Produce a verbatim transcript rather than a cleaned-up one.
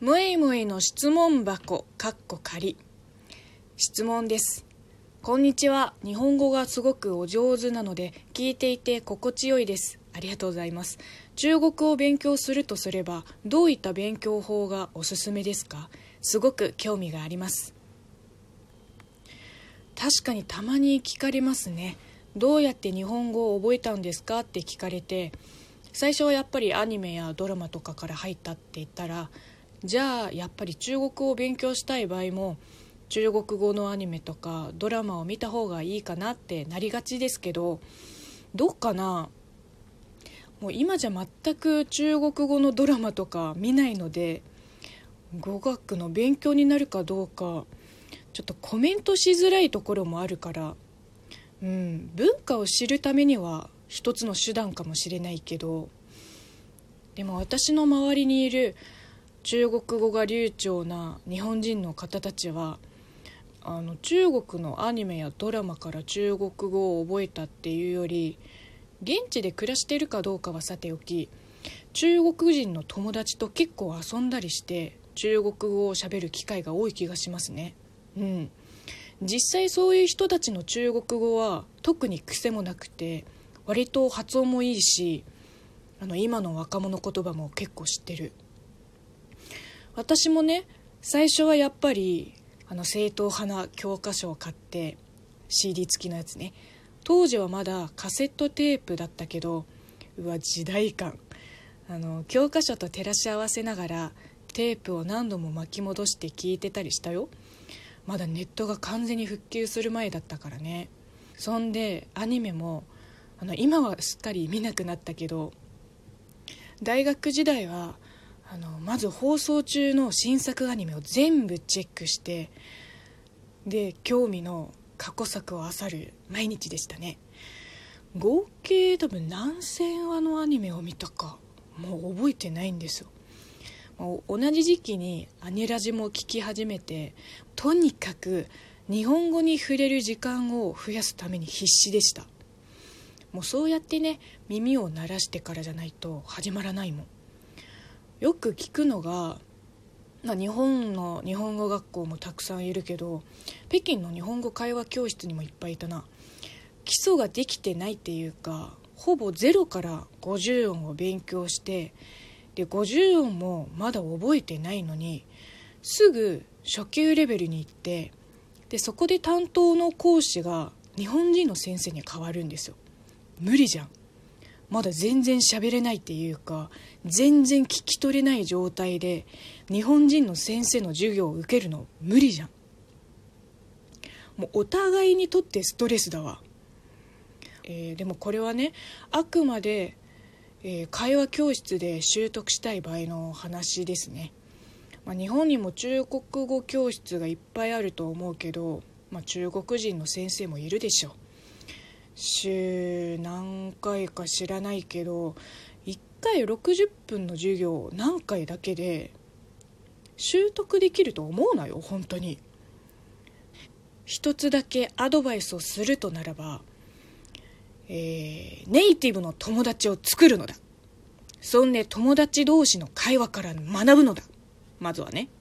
むいむいの質問箱かっこ仮。質問です。こんにちは。日本語がすごくお上手なので聞いていて心地よいです。ありがとうございます。中国を勉強するとすればどういった勉強法がおすすめですか？すごく興味があります。確かにたまに聞かれますね。どうやって日本語を覚えたんですかって聞かれて、最初はやっぱりアニメやドラマとかから入ったって言ったら、じゃあやっぱり中国語を勉強したい場合も中国語のアニメとかドラマを見た方がいいかなってなりがちですけど、どうかな。もう今じゃ全く中国語のドラマとか見ないので、語学の勉強になるかどうかちょっとコメントしづらいところもあるから、うん、文化を知るためには一つの手段かもしれないけど、でも私の周りにいる中国語が流暢な日本人の方たちは、あの中国のアニメやドラマから中国語を覚えたっていうより、現地で暮らしているかどうかはさておき、中国人の友達と結構遊んだりして中国語を喋る機会が多い気がしますね。うん、実際そういう人たちの中国語は特に癖もなくて、割と発音もいいし、あの今の若者言葉も結構知ってる。私もね、最初はやっぱりあの正統派な教科書を買って シーディー 付きのやつね。当時はまだカセットテープだったけど、うわ時代感。あの教科書と照らし合わせながらテープを何度も巻き戻して聞いてたりしたよ。まだネットが完全に復旧する前だったからね。そんでアニメもあの今はすっかり見なくなったけど、大学時代はあのまず放送中の新作アニメを全部チェックして、で興味の過去作を漁る毎日でしたね。合計多分何千話のアニメを見たかもう覚えてないんですよ。同じ時期にアニラジも聞き始めて、とにかく日本語に触れる時間を増やすために必死でした。もうそうやってね、耳を鳴らしてからじゃないと始まらないもん。よく聞くのが、まあ、日本の日本語学校もたくさんいるけど、北京の日本語会話教室にもいっぱいいたな。基礎ができてないっていうか、ほぼゼロからごじゅう音を勉強して、でごじゅう音もまだ覚えてないのにすぐ初級レベルに行って、でそこで担当の講師が日本人の先生に変わるんですよ。無理じゃん。まだ全然喋れないっていうか、全然聞き取れない状態で日本人の先生の授業を受けるの無理じゃん。もうお互いにとってストレスだわ。えー、でもこれはね、あくまで、えー、会話教室で習得したい場合の話ですね。まあ、日本にも中国語教室がいっぱいあると思うけど、まあ、中国人の先生もいるでしょ。週何回か知らないけど、いっかいろくじゅっぷんの授業何回だけで習得できると思うなよ本当に。一つだけアドバイスをするとならば、えー、ネイティブの友達を作るのだ。そんで友達同士の会話から学ぶのだ。まずはね。